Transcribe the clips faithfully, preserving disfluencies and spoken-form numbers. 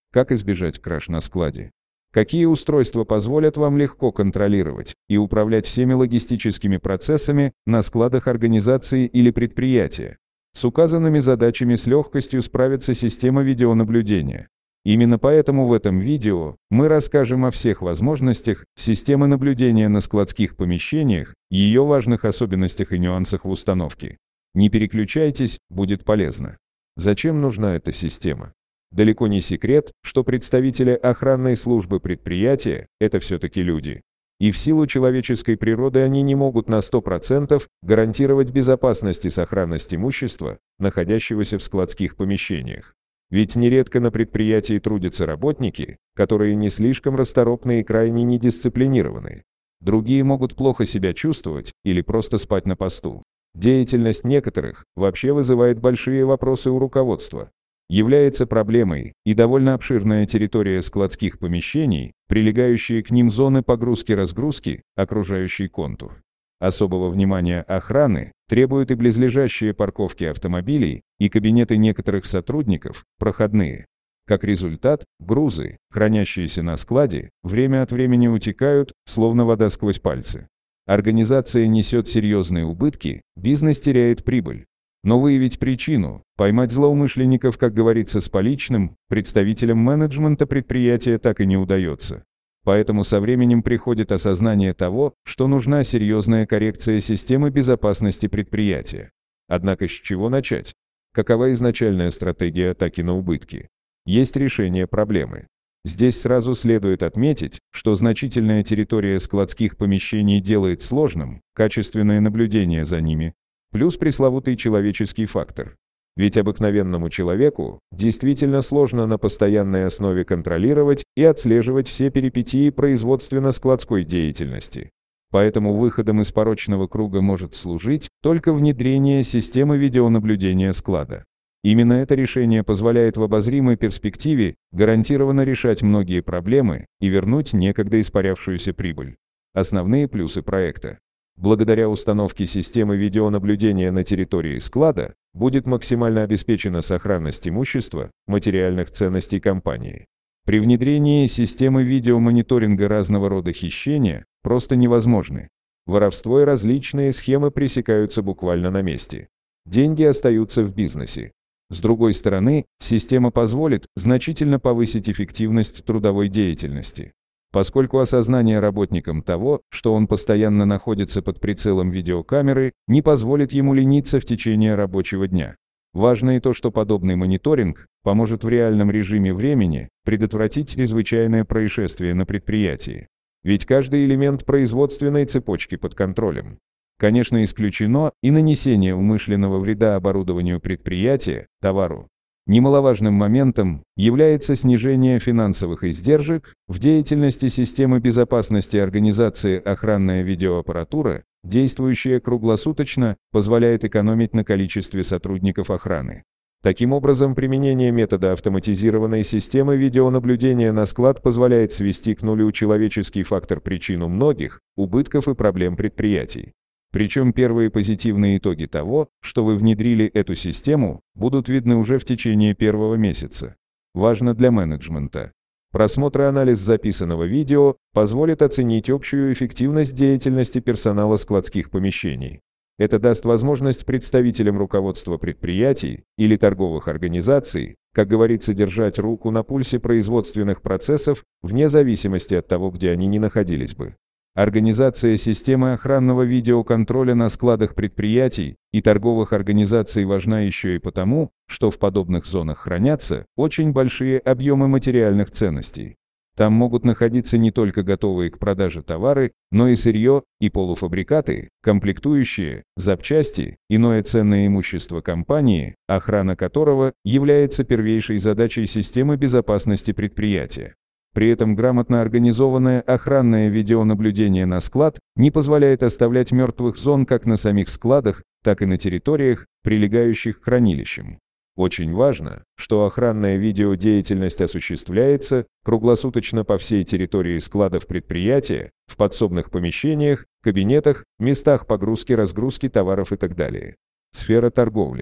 Как избежать краж на складе? Какие устройства позволят вам легко контролировать и управлять всеми логистическими процессами на складах организации или предприятия? С указанными задачами с легкостью справится система видеонаблюдения. Именно поэтому в этом видео мы расскажем о всех возможностях системы наблюдения на складских помещениях, ее важных особенностях и нюансах в установке. Не переключайтесь, будет полезно. Зачем нужна эта система? Далеко не секрет, что представители охранной службы предприятия – это все-таки люди. И в силу человеческой природы они не могут на сто процентов гарантировать безопасность и сохранность имущества, находящегося в складских помещениях. Ведь нередко на предприятии трудятся работники, которые не слишком расторопны и крайне недисциплинированы. Другие могут плохо себя чувствовать или просто спать на посту. Деятельность некоторых вообще вызывает большие вопросы у руководства. Является проблемой и довольно обширная территория складских помещений, прилегающие к ним зоны погрузки-разгрузки, окружающий контур. Особого внимания охраны требуют и близлежащие парковки автомобилей, и кабинеты некоторых сотрудников, проходные. Как результат, грузы, хранящиеся на складе, время от времени утекают, словно вода сквозь пальцы. Организация несет серьезные убытки, бизнес теряет прибыль. Но выявить причину, поймать злоумышленников, как говорится, с поличным, представителям менеджмента предприятия так и не удается. Поэтому со временем приходит осознание того, что нужна серьезная коррекция системы безопасности предприятия. Однако с чего начать? Какова изначальная стратегия атаки на убытки? Есть решение проблемы. Здесь сразу следует отметить, что значительная территория складских помещений делает сложным качественное наблюдение за ними, плюс пресловутый человеческий фактор. Ведь обыкновенному человеку действительно сложно на постоянной основе контролировать и отслеживать все перипетии производственно-складской деятельности. Поэтому выходом из порочного круга может служить только внедрение системы видеонаблюдения склада. Именно это решение позволяет в обозримой перспективе гарантированно решать многие проблемы и вернуть некогда испарявшуюся прибыль. Основные плюсы проекта. Благодаря установке системы видеонаблюдения на территории склада будет максимально обеспечена сохранность имущества, материальных ценностей компании. При внедрении системы видеомониторинга разного рода хищения просто невозможны. Воровство и различные схемы пресекаются буквально на месте. Деньги остаются в бизнесе. С другой стороны, система позволит значительно повысить эффективность трудовой деятельности. Поскольку осознание работникам того, что он постоянно находится под прицелом видеокамеры, не позволит ему лениться в течение рабочего дня. Важно и то, что подобный мониторинг поможет в реальном режиме времени предотвратить чрезвычайное происшествие на предприятии. Ведь каждый элемент производственной цепочки под контролем. Конечно, исключено и нанесение умышленного вреда оборудованию предприятия, товару. Немаловажным моментом является снижение финансовых издержек в деятельности системы безопасности организации. Охранная видеоаппаратура, действующая круглосуточно, позволяет экономить на количестве сотрудников охраны. Таким образом, применение метода автоматизированной системы видеонаблюдения на склад позволяет свести к нулю человеческий фактор, причину многих убытков и проблем предприятий. Причем первые позитивные итоги того, что вы внедрили эту систему, будут видны уже в течение первого месяца. Важно для менеджмента. Просмотр и анализ записанного видео позволит оценить общую эффективность деятельности персонала складских помещений. Это даст возможность представителям руководства предприятий или торговых организаций, как говорится, держать руку на пульсе производственных процессов, вне зависимости от того, где они ни находились бы. Организация системы охранного видеоконтроля на складах предприятий и торговых организаций важна еще и потому, что в подобных зонах хранятся очень большие объемы материальных ценностей. Там могут находиться не только готовые к продаже товары, но и сырье, и полуфабрикаты, комплектующие, запчасти, иное ценное имущество компании, охрана которого является первейшей задачей системы безопасности предприятия. При этом грамотно организованное охранное видеонаблюдение на склад не позволяет оставлять мертвых зон как на самих складах, так и на территориях, прилегающих к хранилищам. Очень важно, что охранная видеодеятельность осуществляется круглосуточно по всей территории складов предприятия, в подсобных помещениях, кабинетах, местах погрузки-разгрузки товаров и так далее. Сфера торговли.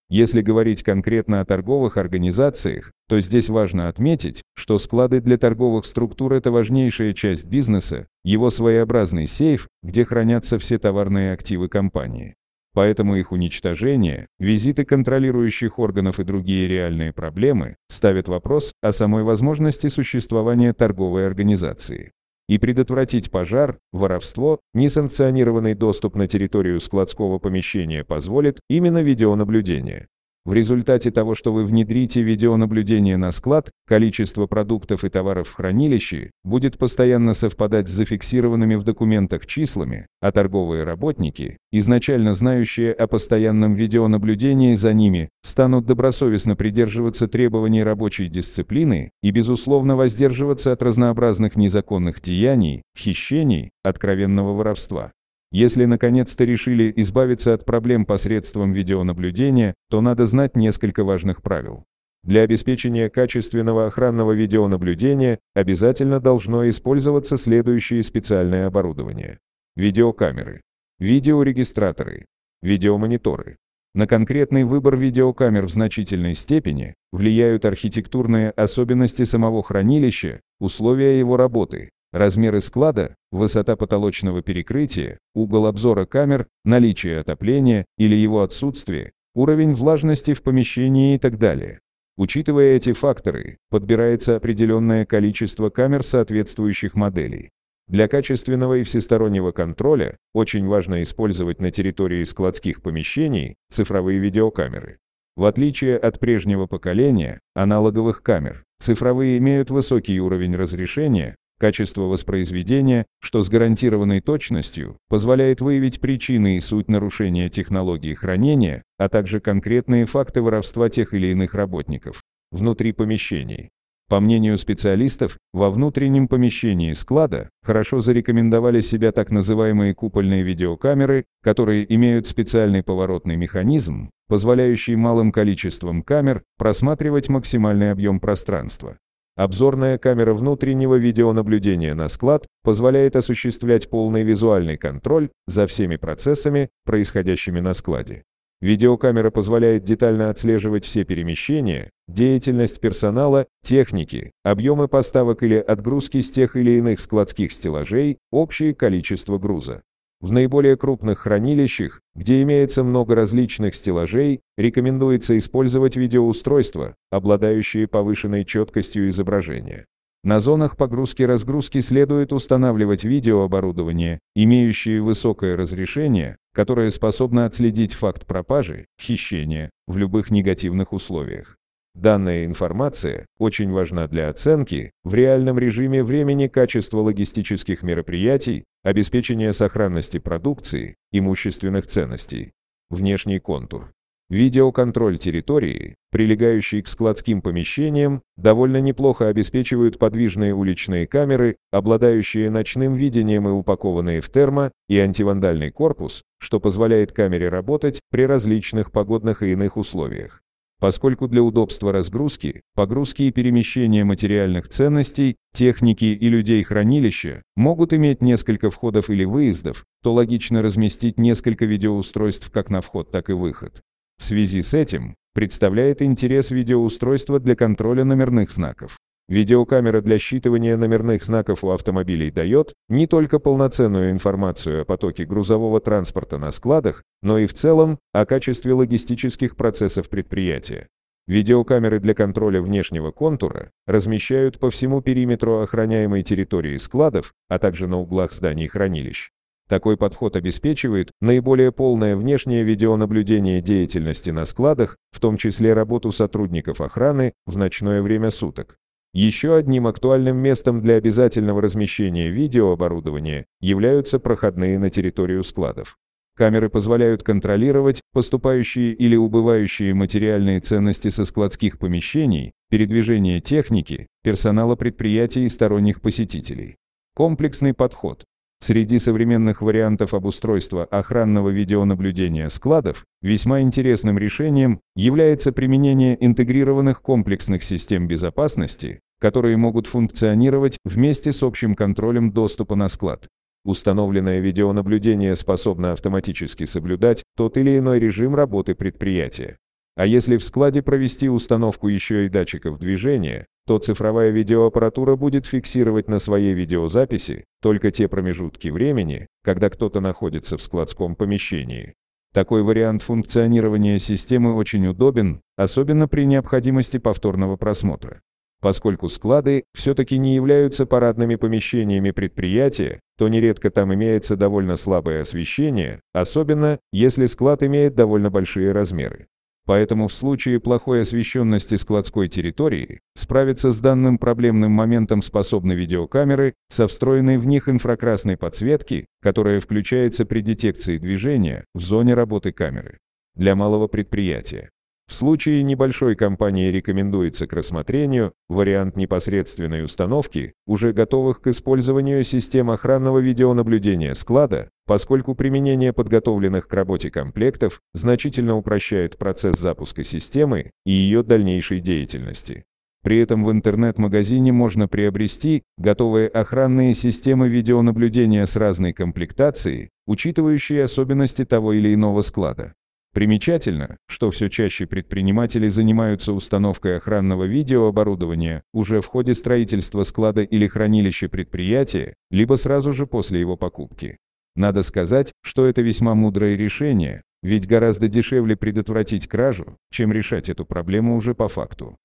Если говорить конкретно о торговых организациях, то здесь важно отметить, что склады для торговых структур – это важнейшая часть бизнеса, его своеобразный сейф, где хранятся все товарные активы компании. Поэтому их уничтожение, визиты контролирующих органов и другие реальные проблемы ставят вопрос о самой возможности существования торговой организации. И предотвратить пожар, воровство, несанкционированный доступ на территорию складского помещения позволит именно видеонаблюдение. В результате того, что вы внедрите видеонаблюдение на склад, количество продуктов и товаров в хранилище будет постоянно совпадать с зафиксированными в документах числами, а торговые работники, изначально знающие о постоянном видеонаблюдении за ними, станут добросовестно придерживаться требований рабочей дисциплины и, безусловно, воздерживаться от разнообразных незаконных деяний, хищений, откровенного воровства. Если наконец-то решили избавиться от проблем посредством видеонаблюдения, то надо знать несколько важных правил. Для обеспечения качественного охранного видеонаблюдения обязательно должно использоваться следующее специальное оборудование: видеокамеры, видеорегистраторы, видеомониторы. На конкретный выбор видеокамер в значительной степени влияют архитектурные особенности самого хранилища, условия его работы, размеры склада, высота потолочного перекрытия, угол обзора камер, наличие отопления или его отсутствие, уровень влажности в помещении и так далее. Учитывая эти факторы, подбирается определенное количество камер соответствующих моделей. Для качественного и всестороннего контроля очень важно использовать на территории складских помещений цифровые видеокамеры. В отличие от прежнего поколения аналоговых камер, цифровые имеют высокий уровень разрешения, качество воспроизведения, что с гарантированной точностью позволяет выявить причины и суть нарушения технологии хранения, а также конкретные факты воровства тех или иных работников внутри помещений. По мнению специалистов, во внутреннем помещении склада хорошо зарекомендовали себя так называемые купольные видеокамеры, которые имеют специальный поворотный механизм, позволяющий малым количеством камер просматривать максимальный объем пространства. Обзорная камера внутреннего видеонаблюдения на склад позволяет осуществлять полный визуальный контроль за всеми процессами, происходящими на складе. Видеокамера позволяет детально отслеживать все перемещения, деятельность персонала, техники, объемы поставок или отгрузки с тех или иных складских стеллажей, общее количество груза. В наиболее крупных хранилищах, где имеется много различных стеллажей, рекомендуется использовать видеоустройства, обладающие повышенной четкостью изображения. На зонах погрузки-разгрузки следует устанавливать видеооборудование, имеющее высокое разрешение, которое способно отследить факт пропажи, хищения в любых негативных условиях. Данная информация очень важна для оценки в реальном режиме времени качества логистических мероприятий, обеспечения сохранности продукции, имущественных ценностей. Внешний контур. Видеоконтроль территории, прилегающей к складским помещениям, довольно неплохо обеспечивают подвижные уличные камеры, обладающие ночным видением и упакованные в термо- и антивандальный корпус, что позволяет камере работать при различных погодных и иных условиях. Поскольку для удобства разгрузки, погрузки и перемещения материальных ценностей, техники и людей хранилища могут иметь несколько входов или выездов, то логично разместить несколько видеоустройств как на вход, так и выход. В связи с этим представляет интерес видеоустройства для контроля номерных знаков. Видеокамера для считывания номерных знаков у автомобилей дает не только полноценную информацию о потоке грузового транспорта на складах, но и в целом о качестве логистических процессов предприятия. Видеокамеры для контроля внешнего контура размещают по всему периметру охраняемой территории складов, а также на углах зданий хранилищ. Такой подход обеспечивает наиболее полное внешнее видеонаблюдение деятельности на складах, в том числе работу сотрудников охраны в ночное время суток. Еще одним актуальным местом для обязательного размещения видеооборудования являются проходные на территорию складов. Камеры позволяют контролировать поступающие или убывающие материальные ценности со складских помещений, передвижение техники, персонала предприятий и сторонних посетителей. Комплексный подход. Среди современных вариантов обустройства охранного видеонаблюдения складов весьма интересным решением является применение интегрированных комплексных систем безопасности, которые могут функционировать вместе с общим контролем доступа на склад. Установленное видеонаблюдение способно автоматически соблюдать тот или иной режим работы предприятия. А если в складе провести установку еще и датчиков движения, то цифровая видеоаппаратура будет фиксировать на своей видеозаписи только те промежутки времени, когда кто-то находится в складском помещении. Такой вариант функционирования системы очень удобен, особенно при необходимости повторного просмотра. Поскольку склады все-таки не являются парадными помещениями предприятия, то нередко там имеется довольно слабое освещение, особенно если склад имеет довольно большие размеры. Поэтому в случае плохой освещенности складской территории справиться с данным проблемным моментом способны видеокамеры со встроенной в них инфракрасной подсветки, которая включается при детекции движения в зоне работы камеры. Для малого предприятия. В случае небольшой компании рекомендуется к рассмотрению вариант непосредственной установки уже готовых к использованию систем охранного видеонаблюдения склада, поскольку применение подготовленных к работе комплектов значительно упрощает процесс запуска системы и ее дальнейшей деятельности. При этом в интернет-магазине можно приобрести готовые охранные системы видеонаблюдения с разной комплектацией, учитывающие особенности того или иного склада. Примечательно, что все чаще предприниматели занимаются установкой охранного видеооборудования уже в ходе строительства склада или хранилища предприятия, либо сразу же после его покупки. Надо сказать, что это весьма мудрое решение, ведь гораздо дешевле предотвратить кражу, чем решать эту проблему уже по факту.